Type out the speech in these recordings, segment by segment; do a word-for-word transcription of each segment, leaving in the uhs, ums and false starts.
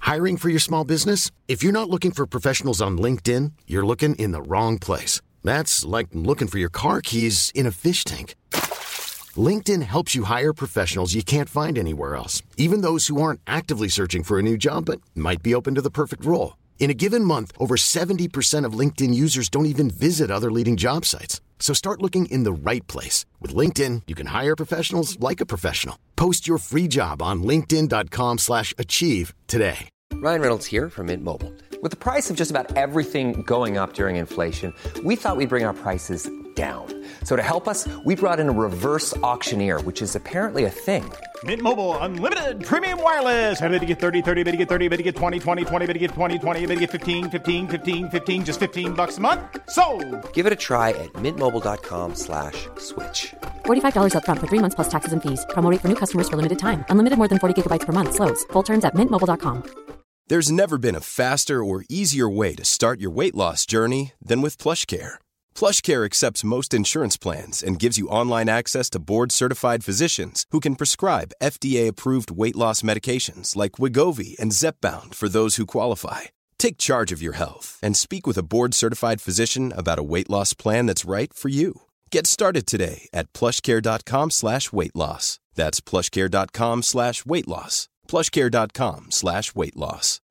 Hiring for your small business? If you're not looking for professionals on LinkedIn, you're looking in the wrong place. That's like looking for your car keys in a fish tank. LinkedIn helps you hire professionals you can't find anywhere else, even those who aren't actively searching for a new job but might be open to the perfect role. In a given month, over seventy percent of LinkedIn users don't even visit other leading job sites. So start looking in the right place. With LinkedIn, you can hire professionals like a professional. Post your free job on linkedin dot com slash achieve today. Ryan Reynolds here from Mint Mobile. With the price of just about everything going up during inflation, we thought we'd bring our prices down. So to help us, we brought in a reverse auctioneer, which is apparently a thing. Mint Mobile Unlimited Premium Wireless. How to get thirty, thirty, how to get thirty, how to get twenty, twenty, twenty, how to get twenty, twenty, how to get fifteen, fifteen, fifteen, fifteen, just fifteen bucks a month? Sold! Give it a try at mintmobile.com slash switch. forty-five dollars up front for three months plus taxes and fees. Promo rate for new customers for limited time. Unlimited more than forty gigabytes per month. Slows full terms at mint mobile dot com. There's never been a faster or easier way to start your weight loss journey than with PlushCare. PlushCare accepts most insurance plans and gives you online access to board-certified physicians who can prescribe F D A-approved weight loss medications like Wegovy and Zepbound for those who qualify. Take charge of your health and speak with a board-certified physician about a weight loss plan that's right for you. Get started today at plushcare.com slash weight loss. That's plushcare.com slash weight loss. plushcare.com slash weight loss.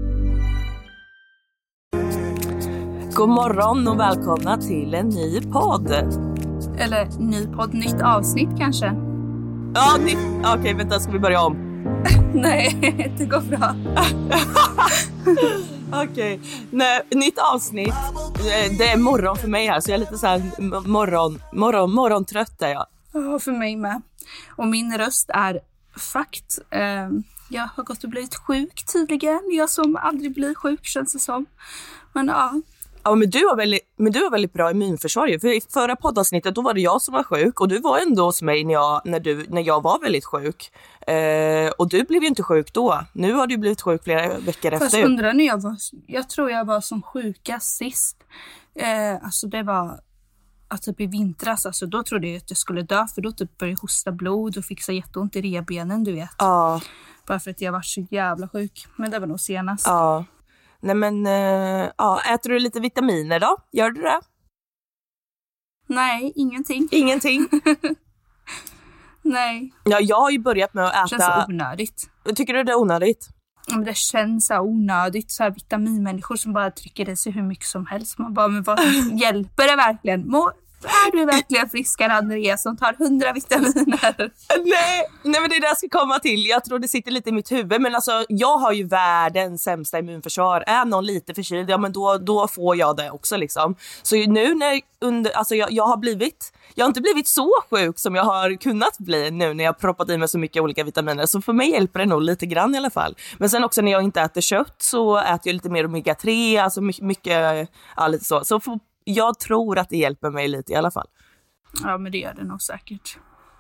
God morgon och välkomna till en ny podd. Eller ny podd, nytt avsnitt kanske. Ja, ni... okej, okay, vänta, ska vi börja om? Nej, det går bra. Okej, okay. Nytt avsnitt. Det är morgon för mig här, så jag är lite så här morgon, morgon, morgontrött är jag. Ja, för mig med. Och min röst är fakt. Jag har gått och blivit sjuk tydligen. Jag som aldrig blir sjuk känns det som. Men ja. Ja, men du har väldigt, men du har väldigt bra immunförsvar. För i förra poddavsnittet då var det jag som var sjuk. Och du var ändå hos mig när jag, när du, när jag var väldigt sjuk. Eh, och du blev ju inte sjuk då. Nu har du blivit sjuk flera veckor efter. Fast undrar när jag var... Jag tror jag var som sjukast sist. Eh, alltså det var... Att typ i vintras, alltså då trodde jag att jag skulle dö. För då typ började jag hosta blod och fick så jätteont i revbenen, du vet. Ja. Bara för att jag var så jävla sjuk. Men det var nog senast. Ja. Nej men, äh, ja, äter du lite vitaminer då? Gör du det? Nej, ingenting. Ingenting? Nej. Ja, jag har ju börjat med att äta... Det känns onödigt. Tycker du det är onödigt? Men det känns så onödigt. Så här vitaminmänniskor som bara trycker i sig hur mycket som helst. Man bara, men vad hjälper det verkligen? Må... Är du verkligen friskare än Andreas som tar hundra vitaminer? Nej, nej, men det där ska komma till. Jag tror det sitter lite i mitt huvud. Men alltså, jag har ju världens sämsta immunförsvar. Är någon lite förkyld, ja men då, då får jag det också liksom. Så nu när under, alltså jag, jag har blivit... Jag har inte blivit så sjuk som jag har kunnat bli nu när jag har proppat i mig så mycket olika vitaminer. Så för mig hjälper det nog lite grann i alla fall. Men sen också när jag inte äter kött så äter jag lite mer omega tre. Alltså mycket, mycket ja, lite så. Så för, jag tror att det hjälper mig lite i alla fall. Ja, men det gör det nog säkert.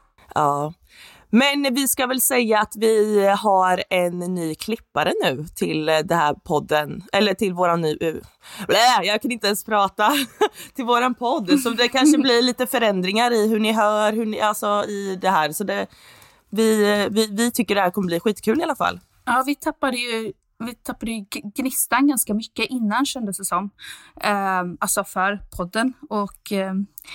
Ja. Men vi ska väl säga att vi har en ny klippare nu till det här podden. Eller till våran ny... Blä, jag kan inte ens prata. Till våran podd. Så det kanske blir lite förändringar i hur ni hör. Hur ni, alltså i det här. Så det, vi, vi, vi tycker det här kommer bli skitkul i alla fall. Ja, vi tappade ju... Vi tappade ju gnistan ganska mycket innan, kändes det som. Eh, alltså för podden. Och eh,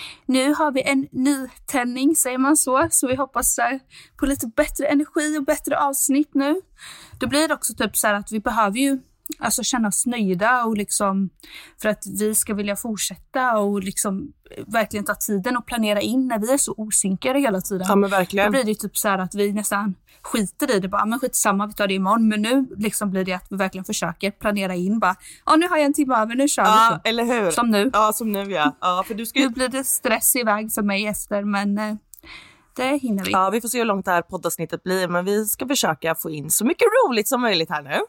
nu har vi en ny tändning, säger man så. Så vi hoppas så här, på lite bättre energi och bättre avsnitt nu. Det blir också typ så här att vi behöver ju alltså känna oss nöjda. Och liksom, för att vi ska vilja fortsätta och liksom verkligen ta tiden och planera in när vi är så osynkade hela tiden. Ja, men verkligen. Då blir det typ så här att vi nästan skiter i det. Bara, men skit samma, vi tar det imorgon. Men nu liksom blir det att vi verkligen försöker planera in. Bara, ja nu har jag en timme över, nu kör ja, vi. Ja, eller hur? Som nu. Ja, som nu, ja. ja för du ska... Nu blir det stress iväg för mig efter, men eh, det hinner vi. Ja, vi får se hur långt det här poddavsnittet blir. Men vi ska försöka få in så mycket roligt som möjligt här nu.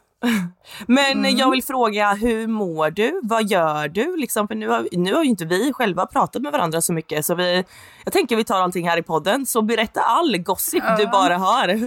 Men mm. jag vill fråga, hur mår du? Vad gör du? Liksom, för nu har, nu har ju inte vi själva pratat med varandra så mycket. Så vi, jag tänker vi tar allting här i podden. Så berätta all gossip uh. du bara har.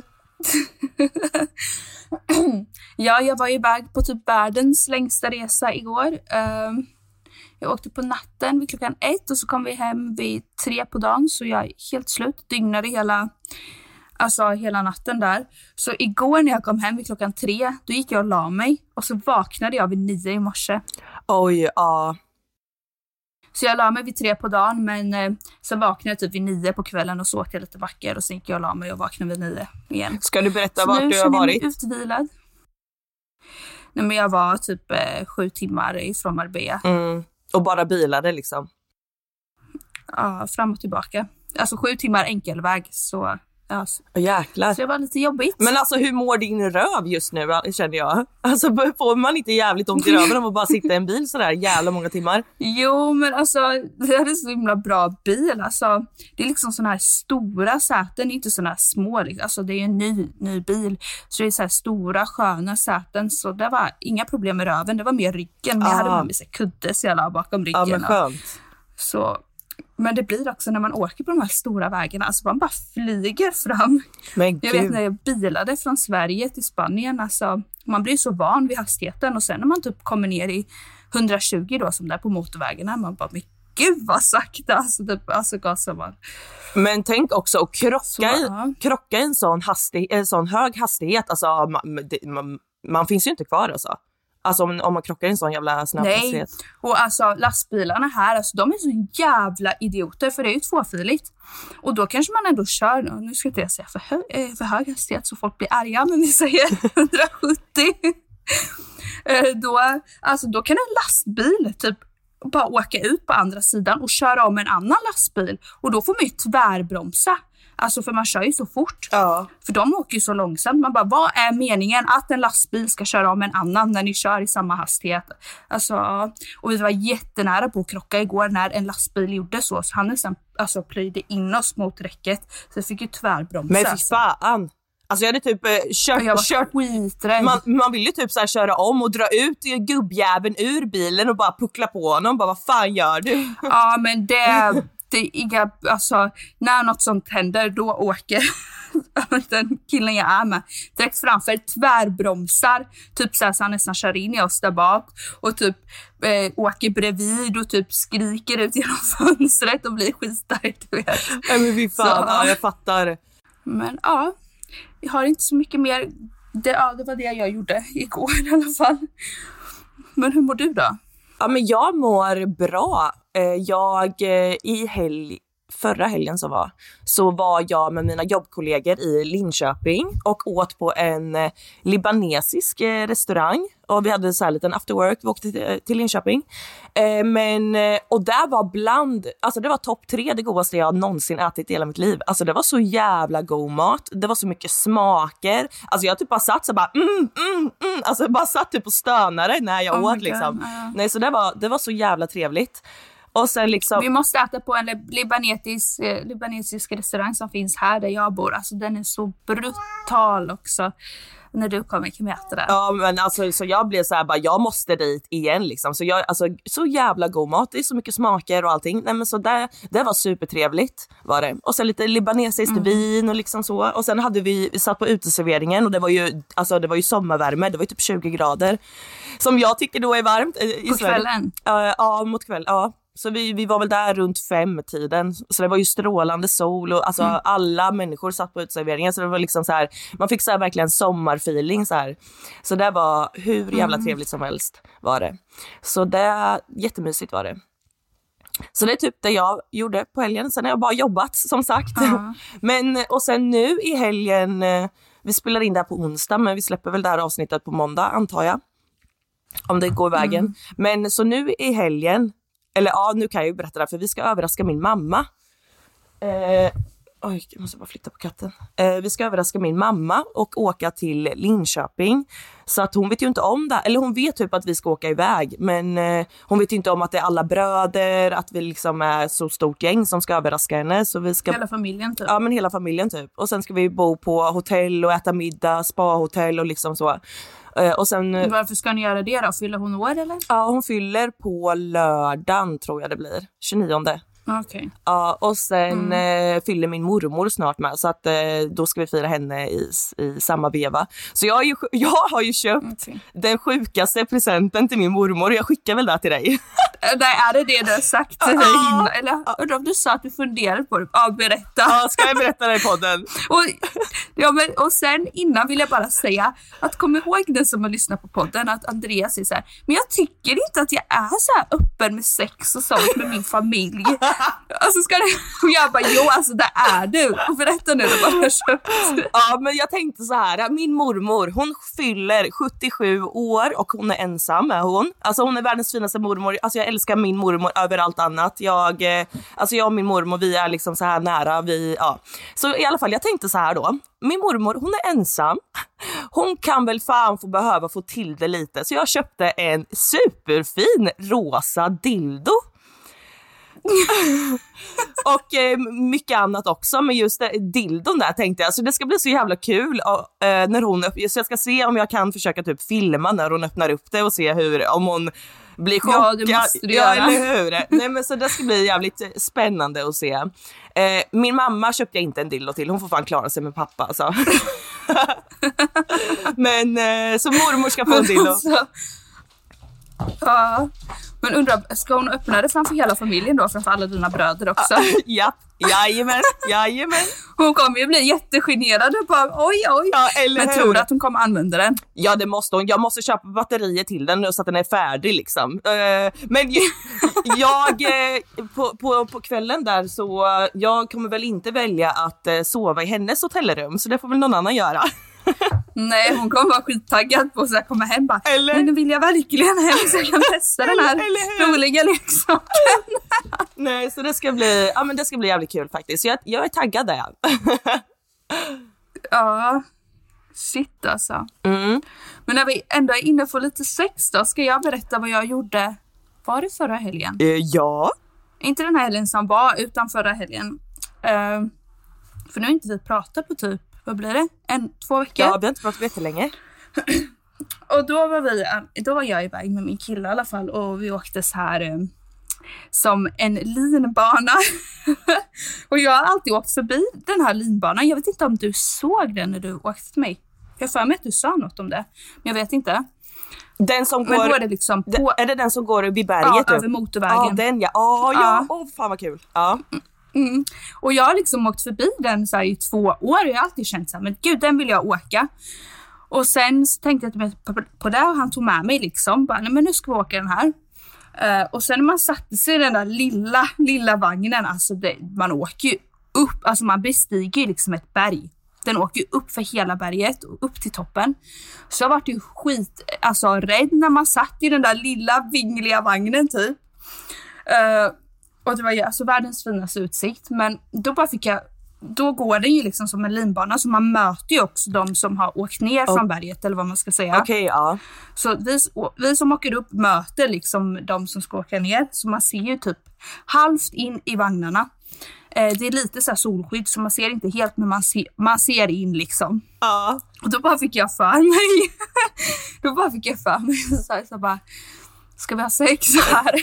Ja, jag var iväg på typ världens längsta resa igår. Uh, jag åkte på natten vid klockan ett och så kom vi hem vid tre på dagen. Så jag är helt slut, dygnade hela... Alltså hela natten där. Så igår när jag kom hem vid klockan tre, då gick jag och la mig. Och så vaknade jag vid nio i morse. Oj, ja. Så jag la mig vid tre på dagen, men eh, sen vaknade jag typ vid nio på kvällen och så åt jag lite vacker. Och sen gick jag och la mig och vaknade vid nio igen. Ska du berätta så vart du har varit? Nu känner jag mig utvilad. Nej, men jag var typ eh, sju timmar ifrån Marbella. Mm. Och bara bilade liksom? Ja, fram och tillbaka. Alltså sju timmar enkelväg, så... Ja, oh, jäklar. Så det var lite jobbigt. Men alltså hur mår din röv just nu, känner jag? Alltså får man inte jävligt ont i röven om att bara sitta i en bil sådär jävla många timmar? Jo, men alltså det är så himla bra bil. Alltså, det är liksom sådana här stora säten, det är inte sådana här små. Alltså det är en ny, ny bil. Så det är så här stora, sköna säten. Så det var inga problem med röven, det var mer ryggen. Men jag hade med mig så kudde så jag la bakom ryggen. Ja, men skönt. Och, så... Men det blir också när man åker på de här stora vägarna. Alltså man bara flyger fram. Men jag vet när jag bilade från Sverige till Spanien. Alltså man blir så van vid hastigheten. Och sen när man typ kommer ner i hundratjugo då, som där på motorvägarna. Man bara, men gud vad sakta. Alltså, typ, alltså gasar man. Men tänk också att krocka, så, i, ja. krocka i en sån, hastig, en sån hög hastighet. Alltså man, det, man, man finns ju inte kvar alltså. Alltså om, om man krockar i en sån jävla snabb Nej, hastighet. och alltså lastbilarna här, alltså, de är så jävla idioter, för det är ju tvåfiligt. Och då kanske man ändå kör, nu ska jag inte säga för, hö, för hög hastighet så folk blir arga, men vi säger hundrasjuttio. då, alltså, då kan en lastbil typ bara åka ut på andra sidan och köra om en annan lastbil. Och då får man ju tvärbromsa. Alltså för man kör ju så fort. Ja. För de åker ju så långsamt. Man bara, vad är meningen att en lastbil ska köra om en annan när ni kör i samma hastighet? Alltså, och vi var jättenära på att krocka igår när en lastbil gjorde så. Så han nästan alltså, plöjde in oss mot räcket. Så jag fick ju tvärbromsa. Men fy fan. Alltså jag hade typ eh, kört... Jag var kört skiträdd. man, man ville ju typ så här köra om och dra ut gubbjäveln ur bilen och bara puckla på honom. Bara, vad fan gör du? Ja, men det... Det är inga, alltså, när något sånt händer, då åker den killen jag är med direkt framför, tvärbromsar typ så, här, så han nästan kör in i oss där bak och typ eh, åker bredvid och typ skriker ut genom fönstret och blir skitstark, du vet. Nej, men fy fan, så, ja, jag fattar. Men ja, jag har inte så mycket mer. Det, ja, det var det jag gjorde igår i alla fall. Men hur mår du då? Ja, men jag mår bra. Jag i helg, förra helgen som var, så var jag med mina jobbkollegor i Linköping och åt på en libanesisk restaurang. Och vi hade så här liten after work, vi åkte till, till Linköping. Men, och där var bland, alltså det var topp tre det godaste jag någonsin ätit i hela mitt liv. Alltså det var så jävla god mat, det var så mycket smaker. Alltså jag typ bara satt så bara, mm, mm, mm. Alltså jag bara satt typ och stönade när jag oh åt liksom. Uh. Nej, så det var, det var så jävla trevligt. Och sen liksom... Vi måste äta på en libanesisk, libanesisk restaurang som finns här där jag bor. Alltså den är så brutal också. När du kommer kan vi äta det. Ja, men alltså så jag blev så här bara, jag måste dit igen liksom. Så jag, alltså så jävla god mat, det är så mycket smaker och allting. Nej, men så det, det var supertrevligt var det. Och sen lite libanesiskt mm. vin och liksom så. Och sen hade vi, vi satt på uteserveringen och det var ju, alltså det var ju sommarvärme, det var ju typ tjugo grader. Som jag tycker då är varmt i på kvällen? Uh, ja, mot kväll, ja. Så vi, vi var väl där runt fem tiden. Så det var ju strålande sol och alltså mm. alla människor satt på utserveringen. Så det var liksom så här, man fick så här verkligen sommarfeeling så här. Så det var hur jävla mm. trevligt som helst var det. Så det, jättemysigt var det. Så det är typ det jag gjorde på helgen. Sen har jag bara jobbat som sagt. Mm. Men, och sen nu i helgen, vi spelar in det här på onsdag men vi släpper väl det här avsnittet på måndag antar jag. Om det går vägen. Mm. Men så nu i helgen, eller ja, nu kan jag ju berätta det, för vi ska överraska min mamma. Eh, oj, jag måste bara flytta på katten. Eh, vi ska överraska min mamma och åka till Linköping. Så att hon vet ju inte om det. Eller hon vet typ att vi ska åka iväg. Men eh, hon vet ju inte om att det är alla bröder. Att vi liksom är så stort gäng som ska överraska henne. Så vi ska... Hela familjen typ. Ja, men hela familjen typ. Och sen ska vi bo på hotell och äta middag, spa-hotell och liksom så. Och sen, varför ska ni göra det då? Fyller hon år eller? Ja, hon fyller på lördagen tror jag det blir. tjugonionde. Okay. Ja, och sen mm. eh, fyller min mormor snart med, så att eh, då ska vi fira henne i, i samma veva. Så jag har ju, jag har ju köpt okay. den sjukaste presenten till min mormor. Jag skickar väl det till dig. Nej, är det det du har sagt till dig innan? Eller undrar om du sa att du funderade på det? Ja, berätta. Ja, ska jag berätta det i podden? och, ja, men, och sen innan vill jag bara säga att kom ihåg den som har lyssnat på podden, att Andreas är så här, men jag tycker inte att jag är så här öppen med sex och sånt med min familj. Alltså ska det, och jag bara, jo alltså det är du. Och berätta nu då vad jag köpt. Ja, men jag tänkte så här, min mormor, hon fyller sjuttiosju år och hon är ensam, är hon. Alltså hon är världens finaste mormor. Alltså jag älskar min mormor över allt annat. Jag, alltså jag och min mormor, vi är liksom så här nära. Vi, ja. Så i alla fall, jag tänkte så här då. Min mormor, hon är ensam. Hon kan väl fan få behöva få till det lite. Så jag köpte en superfin rosa dildo. och eh, mycket annat också, men just det, dildon där tänkte jag, så det ska bli så jävla kul och, eh, när hon öppnar, så jag ska se om jag kan försöka typ filma när hon öppnar upp det och se hur, om hon blir chockad. Ja, det måste du ja, göra. eller hur? Nej, men så det ska bli jävligt spännande att se. Eh, min mamma köpte jag inte en dildo till, hon får fan klara sig med pappa alltså. men eh, så mormor ska få en dildo. Ja, men undrar, ska hon öppna det framför hela familjen då, framför alla dina bröder också? Ja, jajamän, jajamän. Hon kommer ju bli jättegenerad och bara, oj, oj. Ja, men hur? Tror du att hon kommer använda den? Ja, det måste hon. Jag måste köpa batterier till den nu så att den är färdig liksom. Uh, men jag, uh, på, på, på kvällen där så, uh, jag kommer väl inte välja att uh, sova i hennes hotellrum, så det får väl någon annan göra. Nej, hon kommer vara skittaggad på så jag kommer hem bara, eller? Men nu vill jag verkligen hem så jag kan testa den här roliga leksaken. Nej, så det ska bli, ja men det ska bli jävligt kul faktiskt. Så jag, jag är taggad där. Ja, shit alltså. Mm. Men när vi ändå är inne på lite sex då, ska jag berätta vad jag gjorde. Var det förra helgen? Uh, ja. Inte den här helgen som var, utan förra helgen. Uh, för nu har inte vi pratat på typ, vad blir det? En, två veckor? Ja, vi har inte pratat jättelänge. Och då var vi, då var jag iväg med min kille i alla fall, och vi åkte så här um, som en linbana. Och jag har alltid åkt förbi den här linbanan. Jag vet inte om du såg den när du åkte till mig. Jag för mig att du sa något om det, men jag vet inte. Den som men går, då är det liksom på, är det den som går vid berget? Ja, över motorvägen. Ja, den ja. Åh, ja. Åh, fan vad kul. Ja. Mm. Och jag har liksom åkt förbi den så här i två år och jag har alltid känt så här, men gud, den vill jag åka. Och sen tänkte jag på, på det och han tog med mig liksom, bara, nej men nu ska vi åka den här. Uh, och sen när man satte sig i den där lilla, lilla vagnen, alltså det, man åker ju upp, alltså man bestiger ju liksom ett berg. Den åker ju upp för hela berget och upp till toppen. Så jag var ju skit, alltså rädd när man satt i den där lilla vingliga vagnen typ. Uh, Och det var ju alltså världens finaste utsikt. Men då bara fick jag, då går det ju liksom som en linbana. Så man möter ju också de som har åkt ner oh. från berget, eller vad man ska säga. Okej, okay, ja. Så vi, vi som åker upp möter liksom de som ska åka ner. Så man ser ju typ halvt in i vagnarna. Eh, det är lite så här solskydd, så man ser inte helt, men man, se, man ser in liksom. Ja. Och då bara fick jag för mig. då bara fick jag för mig. Så, här, så bara, ska vi ha sex här?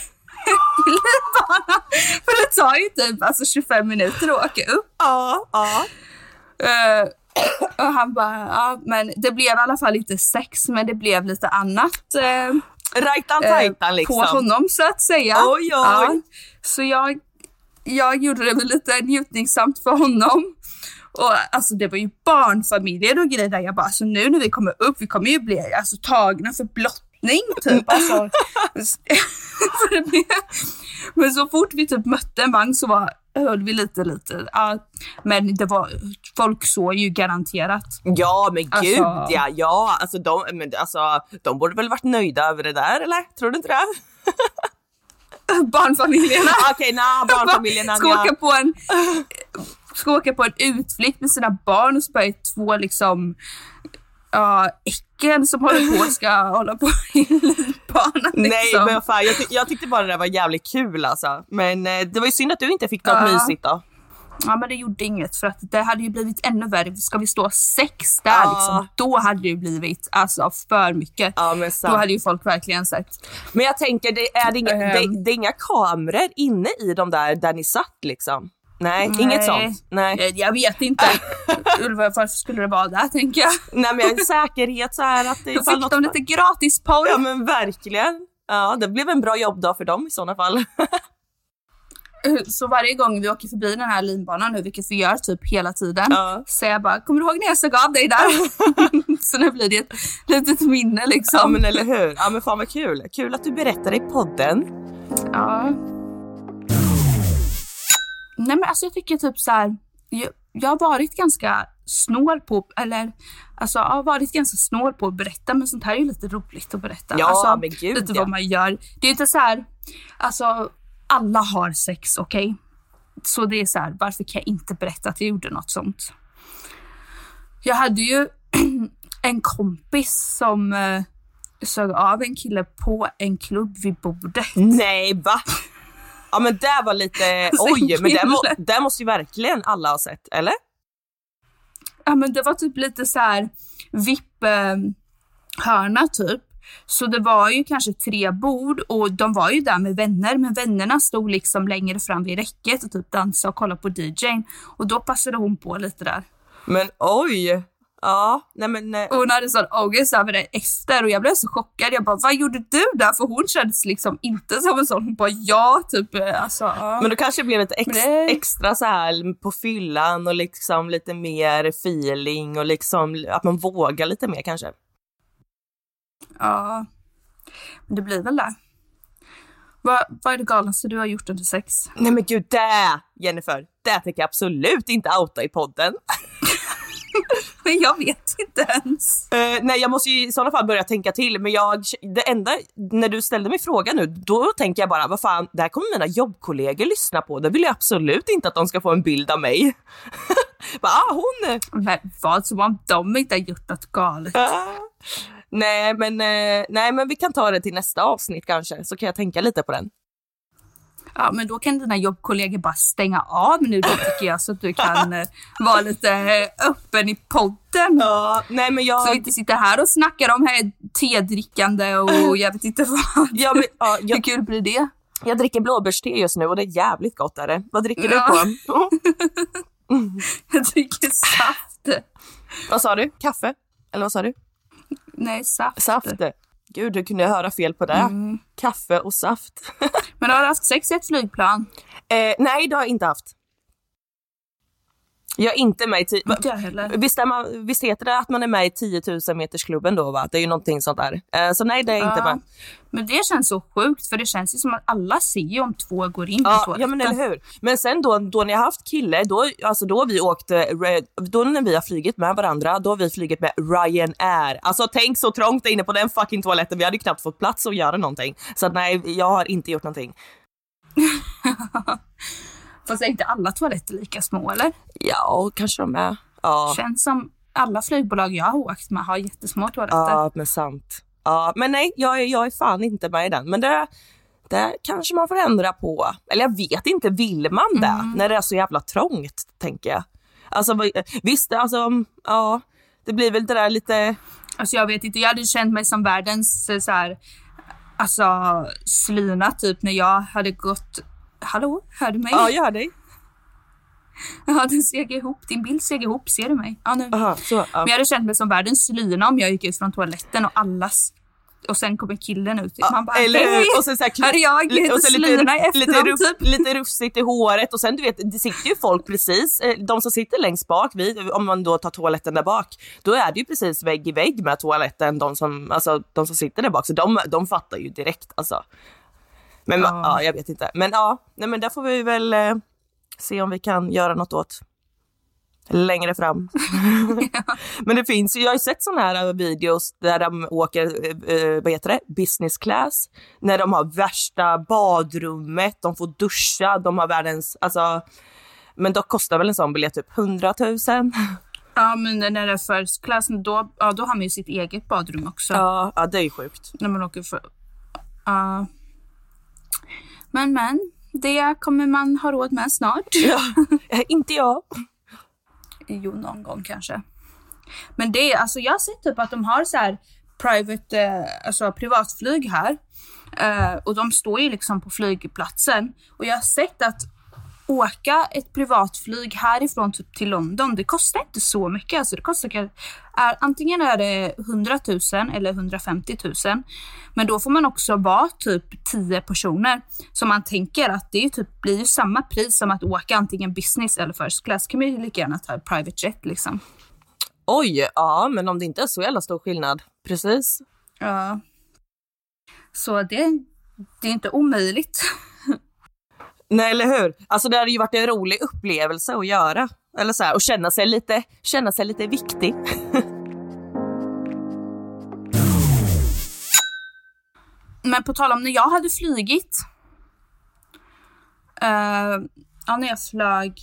För det tar ju typ alltså tjugofem minuter att åka upp. Ja, ja. Uh, och han bara, ja, men det blev i alla fall inte sex, men det blev lite annat. Uh, Rajtan tajtan uh, liksom. På honom så att säga. Oj, oj. Ja, så jag, jag gjorde det väl lite njutningssamt för honom. Och alltså det var ju barnfamiljer och grejer där. Jag bara, alltså nu när vi kommer upp, vi kommer ju bli alltså tagna för blott. Typ, alltså. Men så fort vi typ mötte en vagn så var, höll vi lite lite ja, men det var, folk såg ju garanterat. Ja men gud, alltså, ja, ja alltså, de, men, alltså de borde väl varit nöjda över det där, eller? Tror du inte det? Barnfamiljerna. Okej, okay, nah, barnfamiljerna ska åka på en ska åka på en utflykt med sina barn och så bara två liksom ja, äckeln som håller på ska hålla på i banan. Liksom. Nej, men fan, jag, ty- jag tyckte bara det var jävligt kul alltså. Men eh, det var ju synd att du inte fick något ja. mysigt då. Ja, men det gjorde inget för att det hade ju blivit ännu värre. Ska vi stå sex där Ja. liksom, då hade det ju blivit alltså för mycket. Ja, men då hade ju folk verkligen sagt. Men jag tänker, det är, det inga, Um. det, det är inga kameror inne i de där där ni satt liksom? Nej, Nej. inget sånt? Nej. Eh, Jag vet inte. Ulva, varför skulle det vara där, tänker jag. Nej, men säkerhet så här att det Då fick något... de lite gratis porr. Ja, men verkligen. Ja, det blev en bra jobbdag för dem i sådana fall. Så varje gång vi åker förbi den här linbanan nu, vilket vi gör typ hela tiden, Ja. så jag bara, kommer du ihåg när jag såg av dig där? Så nu blir det ett litet minne liksom. Ja, men eller hur? Ja, men fan vad kul. Kul att du berättar i podden. Ja. Nej, men alltså jag tycker typ så här, jag, jag har varit ganska snål på, eller alltså jag har varit ganska snål på att berätta, men sånt här är ju lite roligt att berätta. Ja, alltså, men gud, lite ja. vad man gör. Det är inte så här, alltså alla har sex, okej? Okay? Så det är så här, varför kan jag inte berätta att jag gjorde något sånt? Jag hade ju en kompis som eh, sög av en kille på en klubb vid bordet. Nej, va? Ja, men det var lite... Oj, men det, må, det måste ju verkligen alla ha sett, eller? Ja, men det var typ lite så här V I P-hörna typ. Så det var ju kanske tre bord och de var ju där med vänner, men vännerna stod liksom längre fram vid räcket och typ dansade och kollade på D J:n. Och då passade hon på lite där. Men oj! Ja, nej men... Och hon hade sån ångest över det efter och jag blev så chockad. Jag bara, vad gjorde du där? För hon kändes liksom inte som en sån. Hon bara, ja, typ. Alltså, ja. Men då kanske det blev lite ex, det... extra så här på fyllan och liksom lite mer feeling och liksom att man vågar lite mer kanske. Ja, men det blir väl det. Vad, vad är det galnaste du har gjort under sex? Nej men gud, det Jennifer, det tänker jag absolut inte outa i podden. Men jag vet inte ens. Uh, nej, jag måste ju i sådana fall börja tänka till. Men jag, det enda, när du ställde mig frågan nu, då tänker jag bara, vad fan, det här kommer mina jobbkollegor lyssna på. Det vill jag absolut inte att de ska få en bild av mig. Bara, ah, hon... Men vad, som om de inte har gjort något galet. Uh, nej, men, uh, nej, men vi kan ta det till nästa avsnitt kanske, så kan jag tänka lite på den. Ja, men då kan dina jobbkollegor bara stänga av nu då, tycker jag, så att du kan eh, vara lite eh, öppen i podden. Ja, nej men jag... Så vi inte sitter här och snackar om här tedrickande och jag vet inte vad. Ja, men, ja, jag, hur kul blir det? Jag dricker blåbärste just nu och det är jävligt gott, är det. Vad dricker ja. du på? Mm. Jag dricker saft. Vad sa du? Kaffe? Eller vad sa du? Nej, saft. Saft. Gud, du kunde höra fel på det. Mm. Kaffe och saft. Men har du haft sex i ett flygplan? Eh, nej, det har jag inte haft. Jag är inte med i... Ti- inte jag heller. Visst, är man, visst heter det att man är med i tio tusen metersklubben då, va? Det är ju någonting sånt där. Eh, så nej, det är jag ja. inte med. Men det känns så sjukt, för det känns ju som att alla ser ju om två går in ja, på toaletten. Ja, men eller hur? Men sen då, då när jag har haft kille, då, alltså då vi åkte, då när vi har flygit med varandra, då har vi flygit med Ryanair. Alltså tänk så trångt inne på den fucking toaletten, vi hade knappt fått plats att göra någonting. Så att, nej, jag har inte gjort någonting. Fast är inte alla toaletter lika små, eller? Ja, kanske de är. Ja. Känns som alla flygbolag jag har åkt med har jättesmå toaletter. Ja, men sant. Ja, men nej, jag är, jag är fan inte med i den. Men det, det kanske man får ändra på. Eller jag vet inte, vill man det? Mm. När det är så jävla trångt, tänker jag. Alltså, visst, alltså, ja, det blir väl det där lite... Alltså jag vet inte, jag hade känt mig som världens så här, alltså slyna typ när jag hade gått... Hallå, hör du mig? Ja, jag hör dig. Ja, den seg ihop. Din bild seg ihop. Ser du mig? Ja, nu. Aha, så, ja. Men jag hade känt mig som världens slyna om jag gick ut från toaletten och allas... Och sen kommer killen ut. Ja, man bara, eller, hej! Och sen så här, här är jag, lite, och slyna i efterhand, lite, typ. lite rufsigt i håret. Och sen, du vet, det sitter ju folk precis... De som sitter längst bak, vid, om man då tar toaletten där bak, då är det ju precis vägg i vägg med toaletten, de som, alltså, de som sitter där bak. Så de, de fattar ju direkt, alltså. Men ja. ja, jag vet inte. Men ja, nej, men där får vi väl eh, se om vi kan göra något åt längre fram. Ja. Men det finns ju, jag har ju sett såna här videos där de åker, eh, vad heter det? Business class. När de har värsta badrummet, de får duscha, de har världens, alltså, men då kostar väl en sån biljett typ hundratusen. Ja, men när det är first class, då, ja, då har man ju sitt eget badrum också. Ja, ja det är ju sjukt. När man åker för... Ja. Uh. Men, men, det kommer man ha råd med snart. Ja, inte jag. Jo, någon gång kanske. Men det är, alltså jag har sett typ att de har så här private, eh, alltså privatflyg här. Eh, och de står ju liksom på flygplatsen. Och jag har sett att åka ett privatflyg härifrån typ till London, det kostar inte så mycket. Alltså det kostar, är, antingen är det hundratusen eller hundrafemtiotusen. Men då får man också vara typ tio personer. Så man tänker att det är typ, blir ju samma pris som att åka antingen business eller first class. Kan man ju lika gärna ta private jet liksom. Oj, ja, men om det inte är så jävla stor skillnad. Precis. Ja. Så det, det är inte omöjligt. Nej, eller hur? Alltså det hade ju varit en rolig upplevelse att göra. Eller så här, och känna sig lite, känna sig lite viktig. Men på tal om när jag hade flygit. Uh, ja, när jag flög.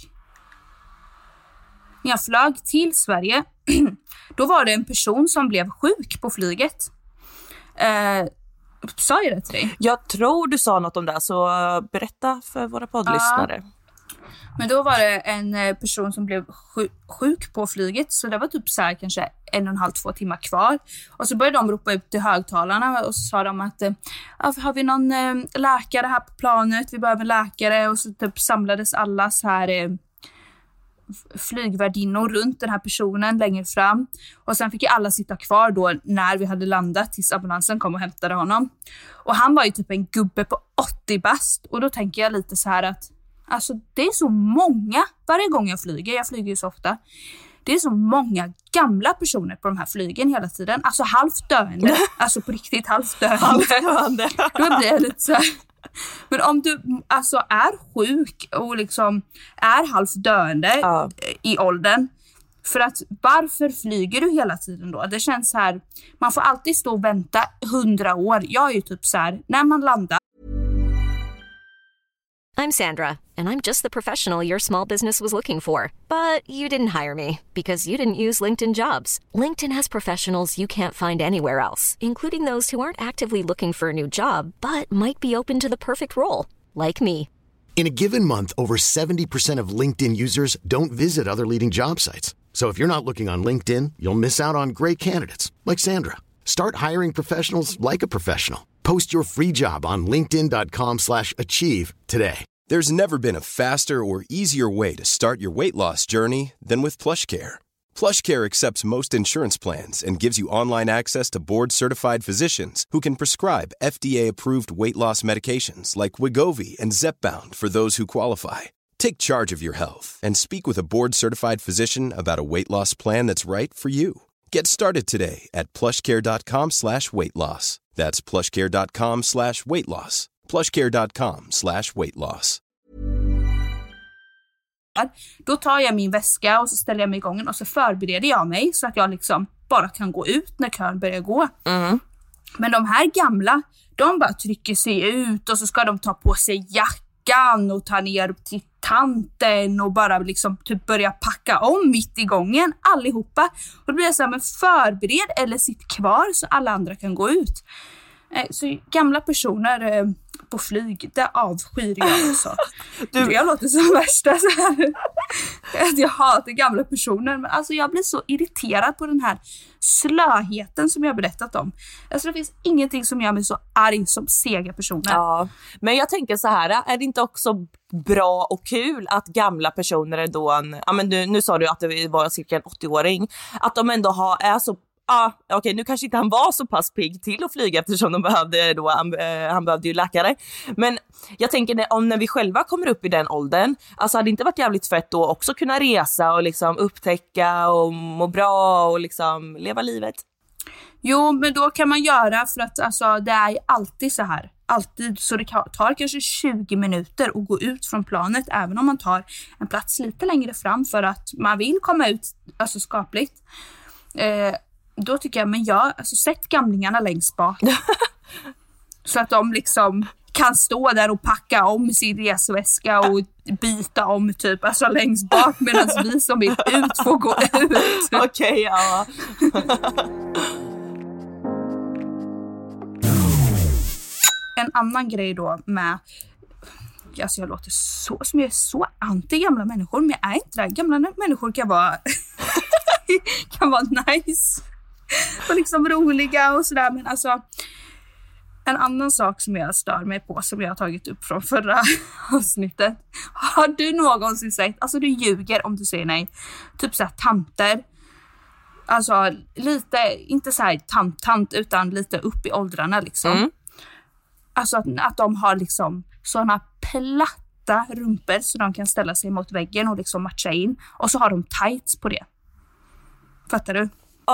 När jag flög till Sverige. Då var det en person som blev sjuk på flyget. Uh, Sa jag det till dig? Jag tror du sa något om det, så berätta för våra poddlyssnare. Ja. Men då var det en person som blev sjuk på flyget. Så det var typ så här kanske en och en halv, två timmar kvar. Och så började de ropa ut till högtalarna. Och så sa de att har vi någon läkare här på planet? Vi behöver läkare. Och så typ samlades alla så här flygvärdinnor runt den här personen längre fram. Och sen fick ju alla sitta kvar då när vi hade landat tills ambulansen kom och hämtade honom. Och han var ju typ en gubbe på åttio bast. Och då tänker jag lite så här att alltså det är så många varje gång jag flyger. Jag flyger ju så ofta. Det är så många gamla personer på de här flygen hela tiden. Alltså halvt döende. Alltså på riktigt halvt döende. Halvt döende. Då blir jag lite så här. Men om du alltså är sjuk och liksom är halvt döende ja. i åldern, för att varför flyger du hela tiden då? Det känns så här, man får alltid stå och vänta hundra år. Jag är ju typ så här, när man landar. I'm Sandra, and I'm just the professional your small business was looking for. But you didn't hire me because you didn't use LinkedIn Jobs. LinkedIn has professionals you can't find anywhere else, including those who aren't actively looking for a new job, but might be open to the perfect role, like me. In a given month, over seventy percent of LinkedIn users don't visit other leading job sites. So if you're not looking on LinkedIn, you'll miss out on great candidates like Sandra. Start hiring professionals like a professional. Post your free job on linkedin dot com slash achieve today. There's never been a faster or easier way to start your weight loss journey than with PlushCare. PlushCare accepts most insurance plans and gives you online access to board-certified physicians who can prescribe F D A-approved weight loss medications like Wegovy and Zepbound for those who qualify. Take charge of your health and speak with a board-certified physician about a weight loss plan that's right for you. Get started today at plushcare.com slash weight loss. That's plushcare.com slash weight loss. plushcare.com slash weight loss. Då tar jag min väska och så ställer jag mig igång och så förbereder jag mig så att jag liksom bara kan gå ut när kön börjar gå. Mm. Men de här gamla, de bara trycker sig ut och så ska de ta på sig jackan och ta ner till tanten och bara liksom typ börja packa om mitt i gången allihopa. Och då blir jag så här, men förbered eller sitt kvar så alla andra kan gå ut. Så gamla personer på flyg, det avskyr jag också. Du, jag låter som värsta så här. Jag hatar gamla personer, men alltså jag blir så irriterad på den här slöheten som jag berättat om. Alltså det finns ingenting som gör mig så arg som sega personer. Ja, men jag tänker så här, är det inte också bra och kul att gamla personer ändå, ja men du, nu sa du att det var cirka en åttio-åring, att de ändå har, är så ah, okej, okay, nu kanske inte han var så pass pigg till att flyga eftersom de behövde då, han, eh, han behövde ju läkare. Men jag tänker när, om när vi själva kommer upp i den åldern, alltså hade det inte varit jävligt fett då också kunna resa och liksom upptäcka och må bra och liksom leva livet? Jo, men då kan man göra för att alltså, det är alltid så här. Alltid, så det tar kanske tjugo minuter att gå ut från planet även om man tar en plats lite längre fram för att man vill komma ut alltså skapligt. Eh, Då tycker jag, men jag alltså sätt gamlingarna längst bak. Så att de liksom kan stå där och packa om sin resväska och byta om typ, alltså längst bak medan vi som vill ut får gå ut. Okej, okay, ja. En annan grej då med Alltså jag låter så, som jag är så anti gamla människor, men jag är inte det. Gamla människor kan vara kan vara nice och liksom roliga och sådär, men alltså en annan sak som jag stör mig på, som jag har tagit upp från förra avsnittet. Har du någonsin sagt, alltså du ljuger om du säger nej, typ såhär tanter, alltså lite, inte såhär tant-tant utan lite upp i åldrarna liksom. Mm. Alltså att, att de har liksom såna platta rumpor så de kan ställa sig mot väggen och liksom matcha in. Och så har de tights på det. Fattar du?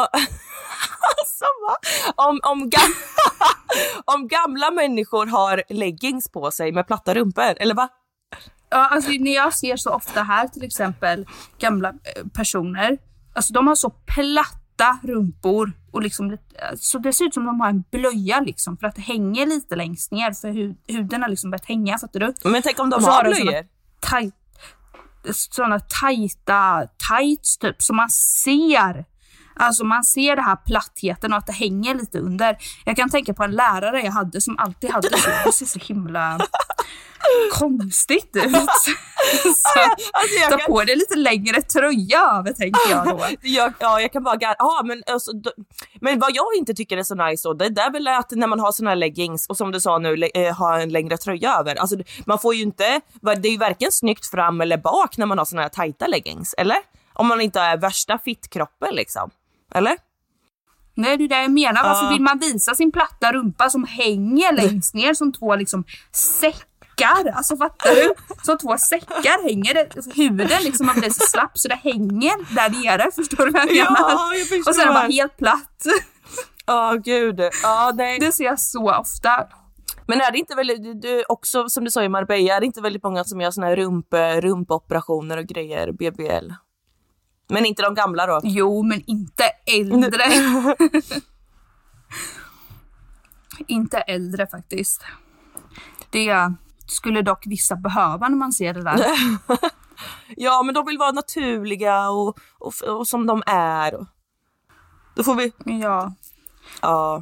Alltså, om, om, ga- om gamla människor har leggings på sig med platta rumpor, eller va? Ja, alltså när jag ser så ofta här till exempel gamla personer, alltså de har så platta rumpor och liksom, så det ser ut som de har en blöja liksom, för att det hänger lite längst ner, för hud, huden har liksom börjat hänga, fattar du? Men tänk om de har blöjor? Taj- sådana tajta tights typ, som man ser, alltså man ser det här plattheten och att det hänger lite under. Jag kan tänka på en lärare jag hade som alltid hade så, det ser så himla konstigt ut. Så, alltså jag ta kan... på det lite längre tröja över, tänker jag då. jag, ja, jag kan bara... Ja, men, alltså, då, men vad jag inte tycker är så nice då, det är väl att när man har såna här leggings och som du sa nu, eh, ha en längre tröja över. Alltså, man får ju inte... Det är ju varken snyggt fram eller bak när man har såna här tajta leggings, eller? Om man inte är värsta fittkroppen liksom. Eller? Nej, det är det jag menar. Uh. Varför vill man visa sin platta rumpa som hänger längst ner som två liksom säckar? Alltså fattar du? Som två säckar hänger det, huden liksom har blivit så slapp så det hänger där nere, förstår du vad jag menar? Ja, jag förstår. Och sen är det bara helt platt. Ja, oh, gud. Ja, nej. Det ser jag så ofta. Men är det inte väldigt, du, också som du sa i Marbella, är det inte väldigt många som gör såna här rump, rumpoperationer och grejer, B B L? Men inte de gamla då? Jo, men inte äldre. Inte äldre faktiskt. Det skulle dock vissa behöva när man ser det där. Ja, men de vill vara naturliga och, och, och som de är. Då får vi... Ja. Ja.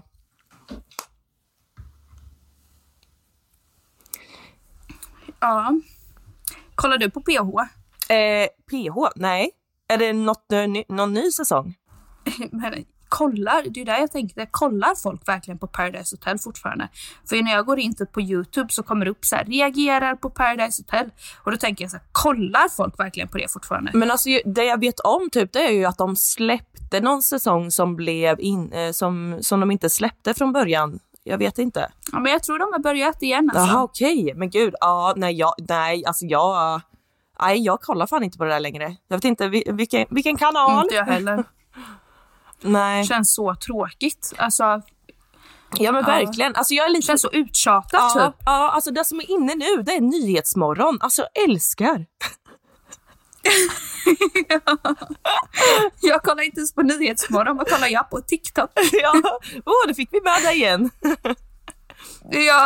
Ja. Kollar du på P H? Eh, P H? Nej. Är det något, någon ny säsong? Men kollar, det är där jag tänkte, kollar folk verkligen på Paradise Hotel fortfarande? För när jag går in typ på YouTube så kommer det upp så här, reagerar på Paradise Hotel. Och då tänker jag så här, kollar folk verkligen på det fortfarande? Men alltså det jag vet om typ, det är ju att de släppte någon säsong som blev in, eh, som, som de inte släppte från början. Jag vet inte. Ja, men jag tror de har börjat igen alltså. Jaha, okej. Okay. Men gud, ja, nej, jag, nej, alltså jag... Nej, jag kollar fan inte på det där längre. Jag vet inte vilken, vilken kanal. Inte jag heller. Nej. Det känns så tråkigt. Alltså, ja, men ja. Verkligen. Alltså, jag är lite... Det känns så uttjatat ja, typ. Ja, alltså det som är inne nu, det är Nyhetsmorgon. Alltså, jag älskar. Ja. Jag kollar inte ens på Nyhetsmorgon. Vad kollar jag på? TikTok. Ja, oh, det fick vi med dig igen. Ja.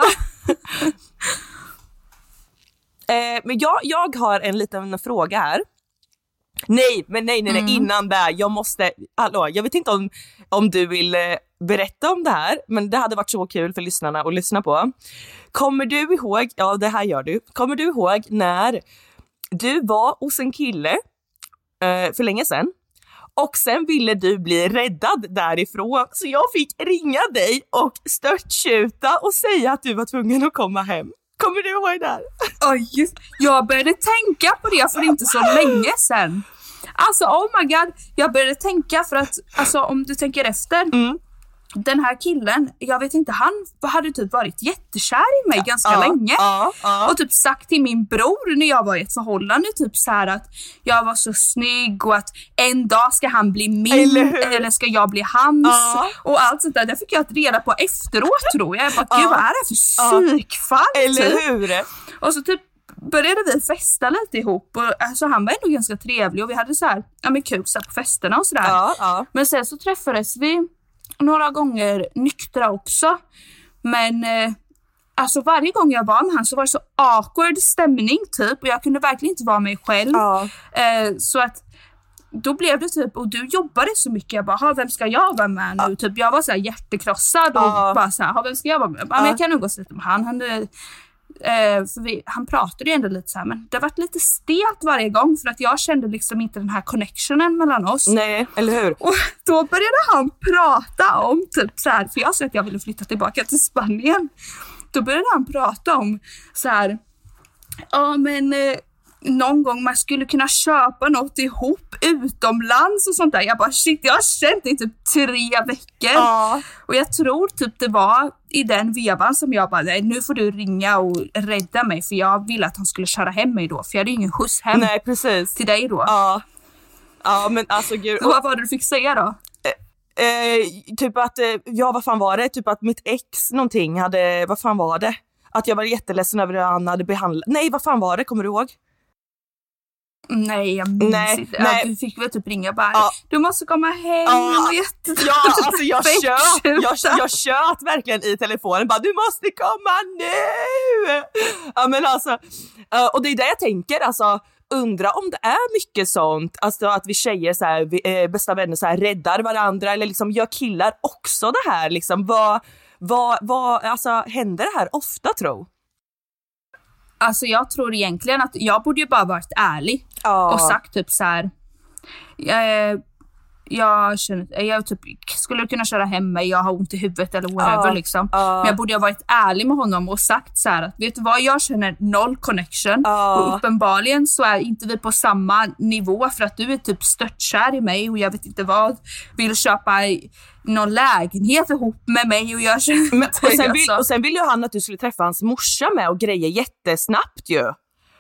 Eh, men jag, jag har en liten fråga här. Nej, men nej, nej, nej. Mm. Innan där, jag måste, hallå, jag vet inte om, om du vill eh, berätta om det här, men det hade varit så kul för lyssnarna att lyssna på. Kommer du ihåg, ja det här gör du, kommer du ihåg när du var hos en kille eh, för länge sedan och sen ville du bli räddad därifrån, så jag fick ringa dig och störttjuta och säga att du var tvungen att komma hem. Kommer du ihåg det här? Oj, just, jag började tänka på det för inte så länge sedan. Alltså, oh my god. Jag började tänka för att, alltså om du tänker efter. Mm. Den här killen, jag vet inte, han hade typ varit jättekär i mig ganska ja, länge. Ja, ja. Och typ sagt till min bror när jag var i ett förhållande typ så här att jag var så snygg och att en dag ska han bli min eller, eller ska jag bli hans. Ja. Och allt sånt där. Det fick jag reda på efteråt, tror jag. Jag bara, ja. gud vad är det för psykfall? Eller typ. hur? Och så typ började vi festa lite ihop och alltså, han var ändå ganska trevlig och vi hade så här, ja men kul så här på festerna och sådär. Ja, ja. Men sen så träffades vi några gånger nyktra också. Men eh, alltså varje gång jag var med han så var det så awkward stämning typ. Och jag kunde verkligen inte vara mig själv. Ja. Eh, så att då blev det typ, och du jobbade så mycket. Jag bara, vem ska jag vara med nu? Ja. Typ, jag var så här hjärtekrossad och ja. bara så här, vem ska jag vara med? Ja. Men jag kan nog gå lite med han. Han är Eh, för vi, han pratade ju ändå lite så här, men det har varit lite stelt varje gång för att jag kände liksom inte den här connectionen mellan oss. Nej, eller hur? Och då började han prata om typ så här, för jag sa att jag ville flytta tillbaka till Spanien. Då började han prata om så här, ja men eh, någon gång man skulle kunna köpa något ihop utomlands och sånt där. Jag bara shit, jag har känt det i typ tre veckor. Ja. Och jag tror typ det var i den vevan som jag bara, nej, nu får du ringa och rädda mig, för jag ville att han skulle köra hem mig då, för jag hade ingen skjuts hem. Nej, precis. Till dig då. Ja. Ja, men alltså gud. Och vad var det du fick säga då? Eh, typ att, eh, ja vad fan var det? Typ att mitt ex någonting hade, vad fan var det? Att jag var jätteledsen över hur han hade behandlat. Nej, vad fan var det? Kommer du ihåg? Nej, jag minns nej, inte. Nej. Ja, du fick väl typ ringa bara, ja. du måste komma hem. Ja, och jätte- ja alltså jag tjöt, jag, jag tjöt verkligen i telefonen. Bara, du måste komma nu! Ja, men alltså, och det är det jag tänker, alltså, undra om det är mycket sånt, alltså att vi tjejer så här, vi, eh, bästa vänner så här, räddar varandra, eller liksom gör killar också det här, liksom, vad, vad, vad, alltså händer det här ofta, tro? Alltså jag tror egentligen att jag borde ju bara varit ärlig oh. och sagt typ så här, jag, jag känner, jag typ skulle kunna köra hem mig, jag har ont i huvudet eller whatever oh. liksom. Oh. Men jag borde ha varit ärlig med honom och sagt så här att, vet du vad, jag känner noll connection oh. och uppenbarligen så är inte vi på samma nivå, för att du är typ störtkär i mig och jag vet inte vad, vill köpa någon lägenhet ihop med mig och jag känner men, och, sen vill, och sen vill ju han att du skulle träffa hans morsa med och grejer jättesnabbt ju.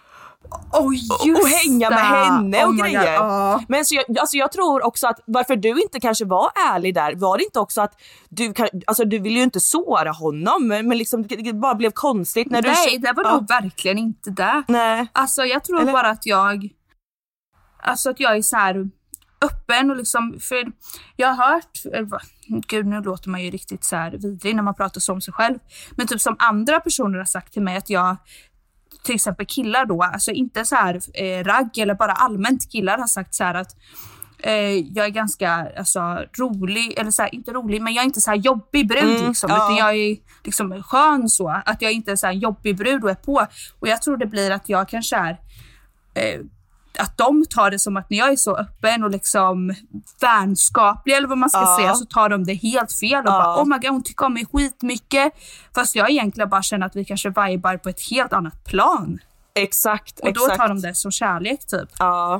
Oh, just och hänga med henne oh och grejer. Oh. Men så jag, alltså jag tror också att varför du inte kanske var ärlig där, var det inte också att du, kan, alltså du ville ju inte såra honom, men, men liksom, det bara blev konstigt när du... Nej, det var ja. nog verkligen inte det. Nej. Alltså jag tror Eller? bara att jag alltså att jag är så här öppen och liksom, för jag har hört, gud nu låter man ju riktigt så här vidrig när man pratar som sig själv, men typ som andra personer har sagt till mig att jag, till exempel killar då, alltså inte så här eh, ragg eller bara allmänt killar har sagt så här att eh, jag är ganska alltså, rolig, eller så här, inte rolig, men jag är inte så här jobbig brud mm, liksom, ja. utan jag är liksom skön så, att jag inte är så här jobbig brud och är på, och jag tror det blir att jag kanske är eh, att de tar det som att när jag är så öppen och liksom vänskaplig eller vad man ska ja. säga, så tar de det helt fel och ja. bara, oh my god, hon tycker om mig skitmycket, fast jag egentligen bara känner att vi kanske vibar på ett helt annat plan. Exakt, och exakt. då tar de det som kärlek typ. Ja.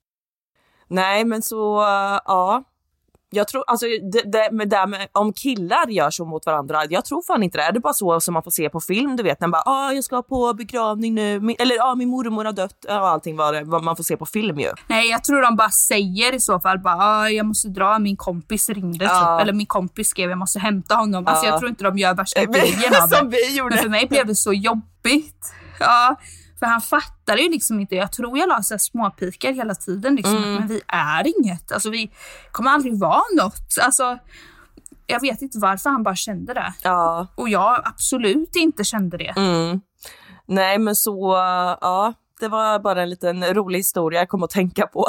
Nej, men så, uh, ja. Jag tror, alltså det, det, med det med, om killar gör så mot varandra, jag tror fan inte det. Det är bara så som man får se på film, du vet, när man bara, ah, jag ska på begravning nu, min, eller ja, ah, min mormor har dött, och allting var det, vad man får se på film ju. Nej, jag tror de bara säger i så fall, bara, ah, jag måste dra, min kompis ringde ja. typ, eller min kompis skrev, jag måste hämta honom. Ja. Alltså jag tror inte de gör värsta grejen av det. Som vi gjorde. Men för mig blev det så jobbigt. Ja. För han fattade ju liksom inte. Jag tror jag la så här småpikar hela tiden liksom, mm. men vi är inget. Alltså vi kommer aldrig vara något. Alltså jag vet inte varför han bara kände det. Ja. Och jag absolut inte kände det. Mm. Nej, men så ja, det var bara en liten rolig historia jag kom att tänka på.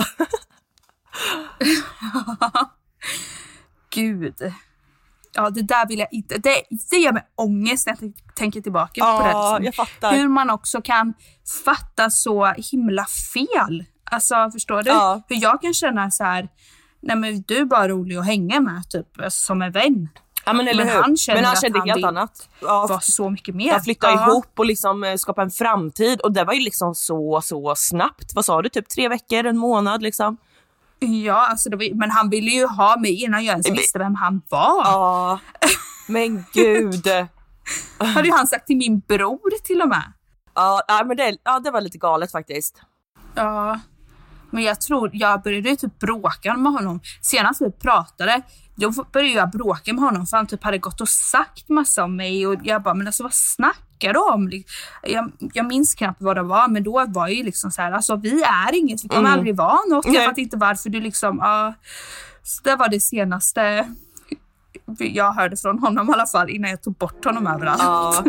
Gud. Ja, det där vill jag inte. Det, det ger mig ångest när jag tänker tillbaka ja, på det. Liksom. Jag fattar. Hur man också kan fatta så himla fel. Alltså, förstår du? Ja. Hur jag kan känna så här, nej men du är bara rolig att hänga med, typ, alltså, som en vän. Ja, men eller men hur? han känner men han att kände han helt vill annat. Ja, vara så mycket mer. Jag flyttade ja. ihop och liksom skapa en framtid. Och det var ju liksom så, så snabbt. Vad sa du? Typ tre veckor, en månad liksom. Ja, alltså det var, men han ville ju ha mig innan jag ens visste vem han var. Ja, men gud. Hade ju han sagt till min bror till och med. Ja, men det, ja, det var lite galet faktiskt. Ja, men jag tror, jag började typ bråka med honom. Senast vi pratade, då började jag bråka med honom för han typ hade gått och sagt massa om mig. Och jag bara, men alltså vad snackar du om? Jag, jag minns knappt vad det var, men då var ju liksom så här, alltså vi är inget, vi kommer mm. aldrig vara något. Jag fattar inte varför du liksom, ja. Så det var det senaste jag hörde från honom i alla fall, innan jag tog bort honom överallt. Ja.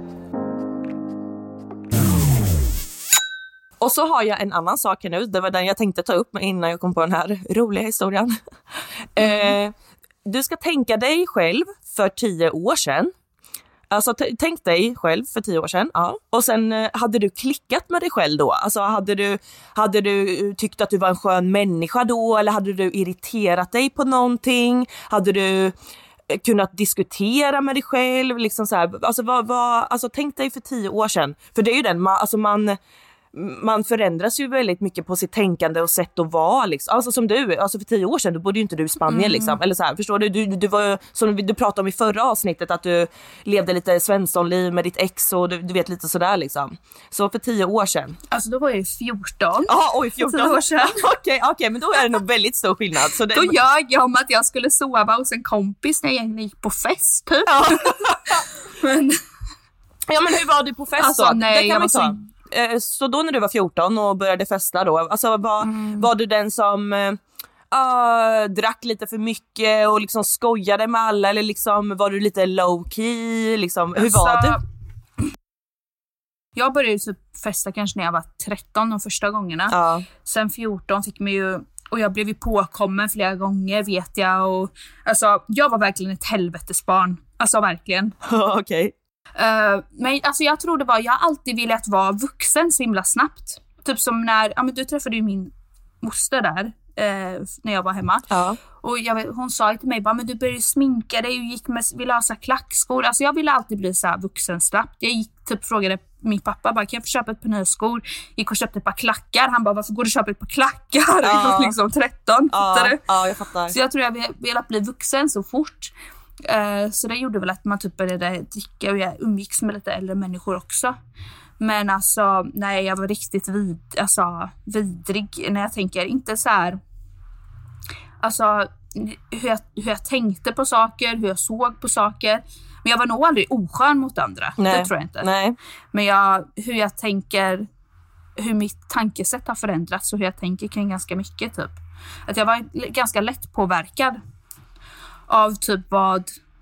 Och så har jag en annan sak här nu. Det var den jag tänkte ta upp innan jag kom på den här roliga historien. Mm. Eh, du ska tänka dig själv för tio år sedan. Alltså t- tänk dig själv för tio år sedan. Ja. Och sen eh, hade du klickat med dig själv då? Alltså hade du, hade du tyckt att du var en skön människa då? Eller hade du irriterat dig på någonting? Hade du eh, kunnat diskutera med dig själv? Liksom så här, alltså, vad, vad, alltså tänk dig för tio år sedan. För det är ju den, man, alltså man... man förändras ju väldigt mycket på sitt tänkande och sätt att vara liksom. Alltså som du, alltså för tio år sedan då bodde ju inte du i Spanien mm. liksom. Eller så här, förstår du? Du, du var som du pratade om i förra avsnittet att du levde lite Svenssonliv med ditt ex och du, du vet lite sådär liksom. Så för tio år sedan. Alltså då var jag fjorton. Ja, oj fjorton år sedan. Okej, okej, okay, men då är det nog väldigt stor skillnad. Så det... Då ljög jag om att jag skulle sova hos en kompis när jag gick på fest typ. Ja. men... ja men hur var du på fest alltså, då? Nej, det kan jag man ta. Så då när du var fjorton och började festa då, alltså var, mm. var du den som uh, drack lite för mycket och liksom skojade med alla eller liksom var du lite low key liksom, hur alltså, var du? Jag började typ festa kanske när jag var tretton de första gångerna. Ja. Sen fjorton fick mig ju, och jag blev ju påkommen flera gånger vet jag och alltså jag var verkligen ett helvetesbarn, alltså verkligen. Okej. Okay. Uh, men alltså jag tror det var, jag har alltid velat vara vuxen så himla snabbt. Typ som när, ja men du träffade ju min moster där uh, när jag var hemma. Ja. Och jag, hon sa till mig bara, men du började sminka dig och gick med, ville ha så här klackskor. Alltså jag ville alltid bli så här vuxen snabbt. Jag gick typ, frågade min pappa bara, kan jag få köpa ett par nya skor? Gick och köpte ett par klackar. Han bara, varför går du och köper ett par klackar? Ja. Jag var liksom tretton, ja. fattar du? Ja, jag fattar. Så jag tror jag velat bli vuxen så fort. Uh, så det gjorde väl att man typ började dricka och jag umgicks med lite äldre människor också. Men alltså, nej jag var riktigt vid, alltså, vidrig när jag tänker, inte så här. Alltså hur jag, hur jag tänkte på saker, hur jag såg på saker. Men jag var nog aldrig oskön mot andra, nej. Det tror jag inte. Nej. Men jag, hur jag tänker, hur mitt tankesätt har förändrats och hur jag tänker kring ganska mycket typ. Att jag var ganska lätt påverkad av typ vad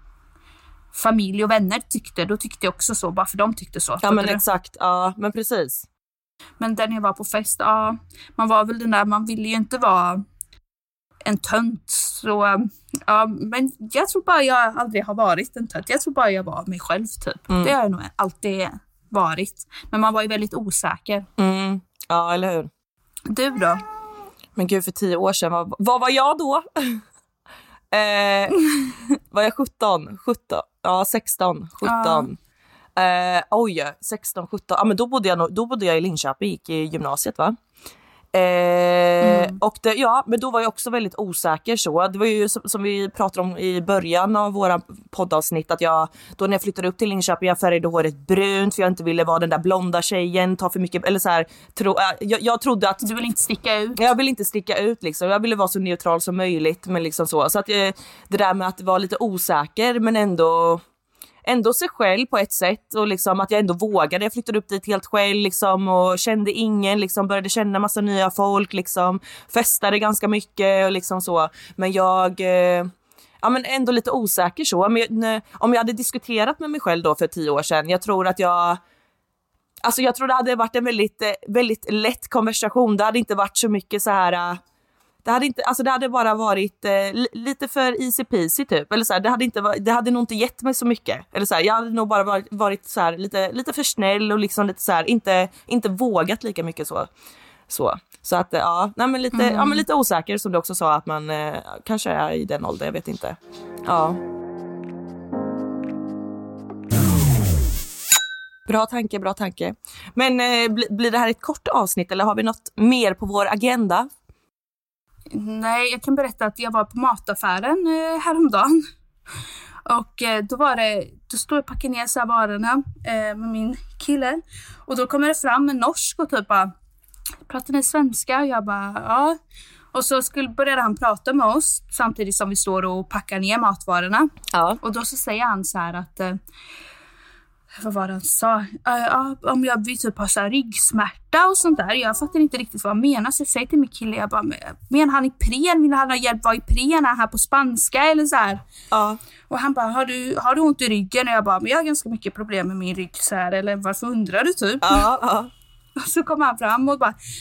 familj och vänner tyckte. Då tyckte jag också så, bara för de tyckte så. Ja men exakt, ja men precis. Men när jag var på fest, ja, man var väl den där, man ville ju inte vara en tönt. Så ja, men jag tror bara jag aldrig har varit en tönt. Jag tror bara jag var mig själv typ. Mm. Det har jag nog alltid varit. Men man var ju väldigt osäker. Mm. Ja, eller hur? Du då? Men gud, för tio år sedan, vad, vad var jag då? Eh, var jag sjutton? sjutton? Ja, sexton, sjutton. Ja. Eh, oj, sexton, sjutton. Ja, men då bodde jag då bodde jag i Linköping, gick i gymnasiet va? Eh, mm. Och det, ja, men då var jag också väldigt osäker så. Det var ju som, som vi pratade om i början av våra poddavsnitt att jag, då när jag flyttade upp till Linköping, jag färgade håret brunt för jag inte ville vara den där blonda tjejen, ta för mycket, eller så här, tro, äh, jag, jag trodde att du vill inte sticka ut. Jag vill inte sticka ut liksom. Jag ville vara så neutral som möjligt, men liksom så. Så att eh, det där med att vara lite osäker men ändå ändå sig själv på ett sätt och liksom att jag ändå vågade. Jag flyttade upp dit helt själv liksom och kände ingen, liksom började känna massa nya folk liksom, festade ganska mycket och liksom så. Men jag eh, ja men ändå lite osäker så. Men jag, om jag hade diskuterat med mig själv då för tio år sedan, jag tror att jag alltså jag tror det hade varit en väldigt väldigt lätt konversation. Det hade inte varit så mycket så här. Det hade inte, alltså det hade bara varit eh, lite för easy peasy typ, eller så här, det hade inte det hade nog inte gett mig så mycket, eller så här, jag hade nog bara varit, varit så här, lite lite för snäll och liksom lite så här, inte inte vågat lika mycket så så så att ja, nej men lite mm. ja men lite osäker som du också sa att man eh, kanske är i den åldern, jag vet inte. Ja. Bra tanke, bra tanke. Men eh, bli, blir det här ett kort avsnitt eller har vi något mer på vår agenda? Nej, jag kan berätta att jag var på mataffären eh, häromdagen. Och eh, då var det, då stod jag och packade ner så här varorna eh, med min kille. Och då kommer det fram en norsk och typ bara, pratar ni svenska? Och jag bara, ja. Och så skulle, började han prata med oss samtidigt som vi står och packar ner matvarorna. Ja. Och då så säger han så här att... Eh, vad var det han sa? Uh, uh, om jag vill typ ha så här ryggsmärta och sånt där. Jag fattar inte riktigt vad han menar. Så jag säger till min kille, jag bara, menar han Ipren? Vill han ha hjälp vad Ipren är här på spanska eller så här? Uh. Och han bara, har du, har du ont i ryggen? Och jag bara, men jag har ganska mycket problem med min rygg så här. Eller varför undrar du typ? Uh, uh. Och så kom han fram och bara,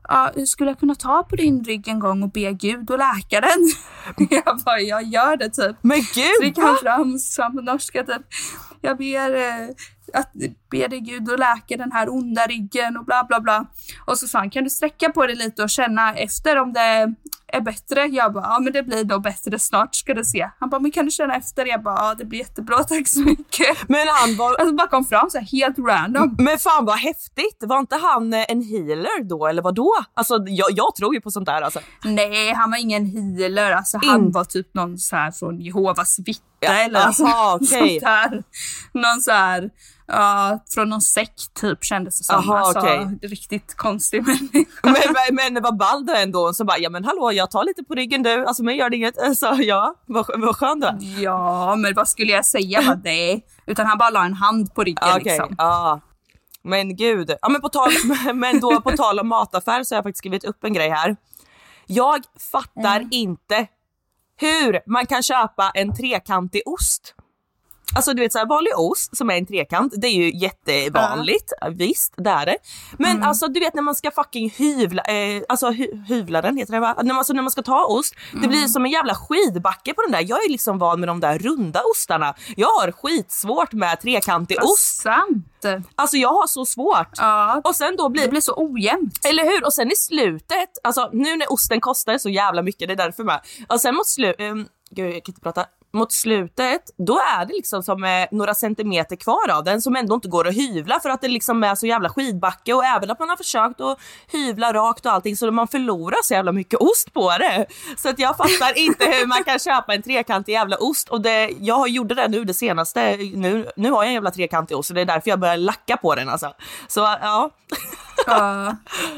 ja, skulle jag kunna ta på din rygg en gång och be Gud och läkaren? Jag bara, jag gör det typ. Men gud! Så gick han fram och sa på norska typ, jag ber eh, att be dig Gud och läka den här onda ryggen och bla bla bla. Och så sa han, kan du sträcka på det lite och känna efter om det är bättre? Jag bara, ja men det blir nog bättre snart, ska du se. Han bara, men kan du känna efter? Jag bara, ja det blir jättebra, tack så mycket. Men han var... Alltså bara kom fram så här helt random. Men fan vad häftigt, var inte han en healer då eller vad då? Alltså jag, jag tror ju på sånt där alltså. Nej, han var ingen healer, alltså han In... var typ någon så här från Jehovas vittne ja, eller aha, alltså, okay. sånt här. Någon så här, ja, från någon sekt typ kändes det som. Aha, alltså, okay. Riktigt konstig människa. Men, men, men vad ball det ändå, så bara, ja men hallå, jag tar lite på ryggen du, alltså men gör det inget, så ja, vad, vad skönt då. Ja, men vad skulle jag säga med det? Utan han bara la en hand på ryggen okay, liksom. Ja. Men gud, ja men på tal, men då på tal om mataffär så har jag faktiskt skrivit upp en grej här. Jag fattar mm. inte hur man kan köpa en trekantig ost. Alltså du vet så här, vanlig ost som är en trekant, det är ju jättevanligt, ja. Visst, det är det. Men mm. alltså du vet när man ska fucking hyvla, eh, alltså hy, hyvla den heter det va? När man, alltså, när man ska ta ost, mm. det blir som en jävla skidbacke på den där. Jag är liksom van med de där runda ostarna. Jag har skitsvårt med trekantig Vad ost. Sant. Alltså jag har så svårt. Ja, och sen då blir det blir så ojämnt. Eller hur? Och sen i slutet, alltså nu när osten kostar så jävla mycket, det är därför med. Och sen mot slut, um, gud jag kan inte prata. Mot slutet, då är det liksom som eh, några centimeter kvar av den som ändå inte går att hyvla för att det liksom är så jävla skidbacke och även att man har försökt att hyvla rakt och allting så man förlorar så jävla mycket ost på det. Så att jag fattar inte hur man kan köpa en trekantig jävla ost och det, jag gjorde det nu det senaste, nu, nu har jag en jävla trekantig ost och det är därför jag börjar lacka på den alltså. Så ja. Ja,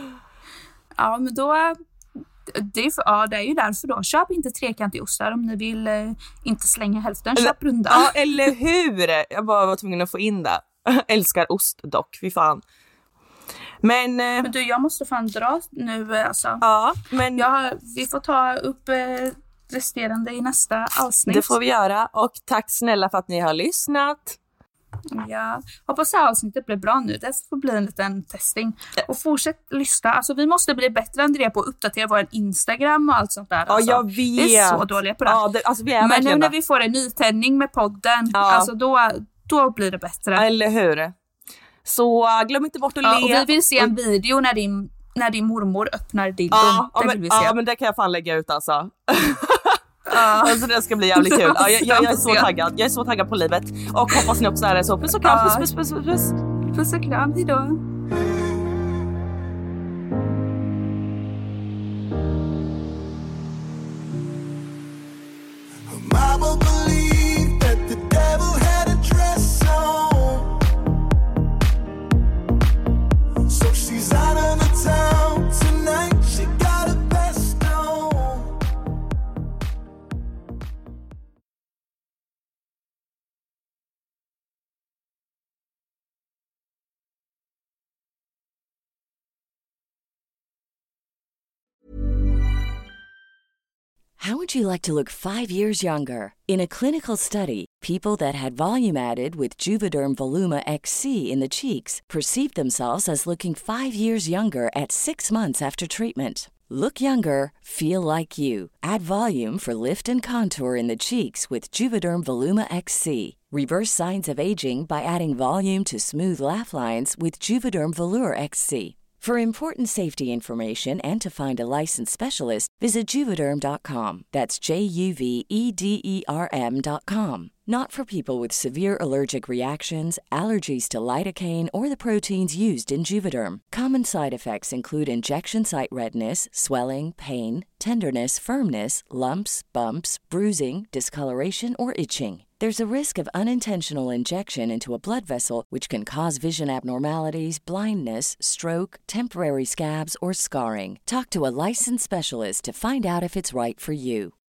ja men då... Det är, för, ja, det är ju därför då. Köp inte trekantig ostar om ni vill eh, inte slänga hälften. Köp runda. Ja, eller hur? Jag bara var tvungen att få in det. Älskar ost dock, fy fan. Men, eh, men du, jag måste fan dra nu alltså. Ja, men... Jag, vi får ta upp eh, resterande i nästa avsnitt. Det får vi göra. Och tack snälla för att ni har lyssnat. Ja, hoppas det här avsnittet blir bra nu. Det får bli en liten testing. Och fortsätt lyssna. Alltså vi måste bli bättre än det på att uppdatera vår Instagram och allt sånt där. Ja, alltså. jag vet. Vi är så dåliga på det. Ja, det alltså, vi är Men nu när det. vi får en nytändning med podden, ja. Alltså då, då blir det bättre. Eller hur? Så glöm inte bort att ja, le. Och vi vill se en video när din, när din mormor öppnar dildon. Ja, det ja, vill men, vi se. ja, men det kan jag fan lägga ut alltså. Ja. Alltså det ska bli jävligt kul. Ja, jag, jag, jag är så taggad. Jag är så taggad på livet. Och hoppas ni också är det. Så puss och kram. Ja. Puss, puss, puss, puss. Puss och kram. Hejdå. How would you like to look five years younger? In a clinical study, people that had volume added with Juvederm Voluma X C in the cheeks perceived themselves as looking five years younger at six months after treatment. Look younger, feel like you. Add volume for lift and contour in the cheeks with Juvederm Voluma X C. Reverse signs of aging by adding volume to smooth laugh lines with Juvederm Volure X C. For important safety information and to find a licensed specialist, visit Juvederm dot com. That's J U V E D E R M dot com. Not for people with severe allergic reactions, allergies to lidocaine, or the proteins used in Juvederm. Common side effects include injection site redness, swelling, pain, tenderness, firmness, lumps, bumps, bruising, discoloration, or itching. There's a risk of unintentional injection into a blood vessel, which can cause vision abnormalities, blindness, stroke, temporary scabs, or scarring. Talk to a licensed specialist to find out if it's right for you.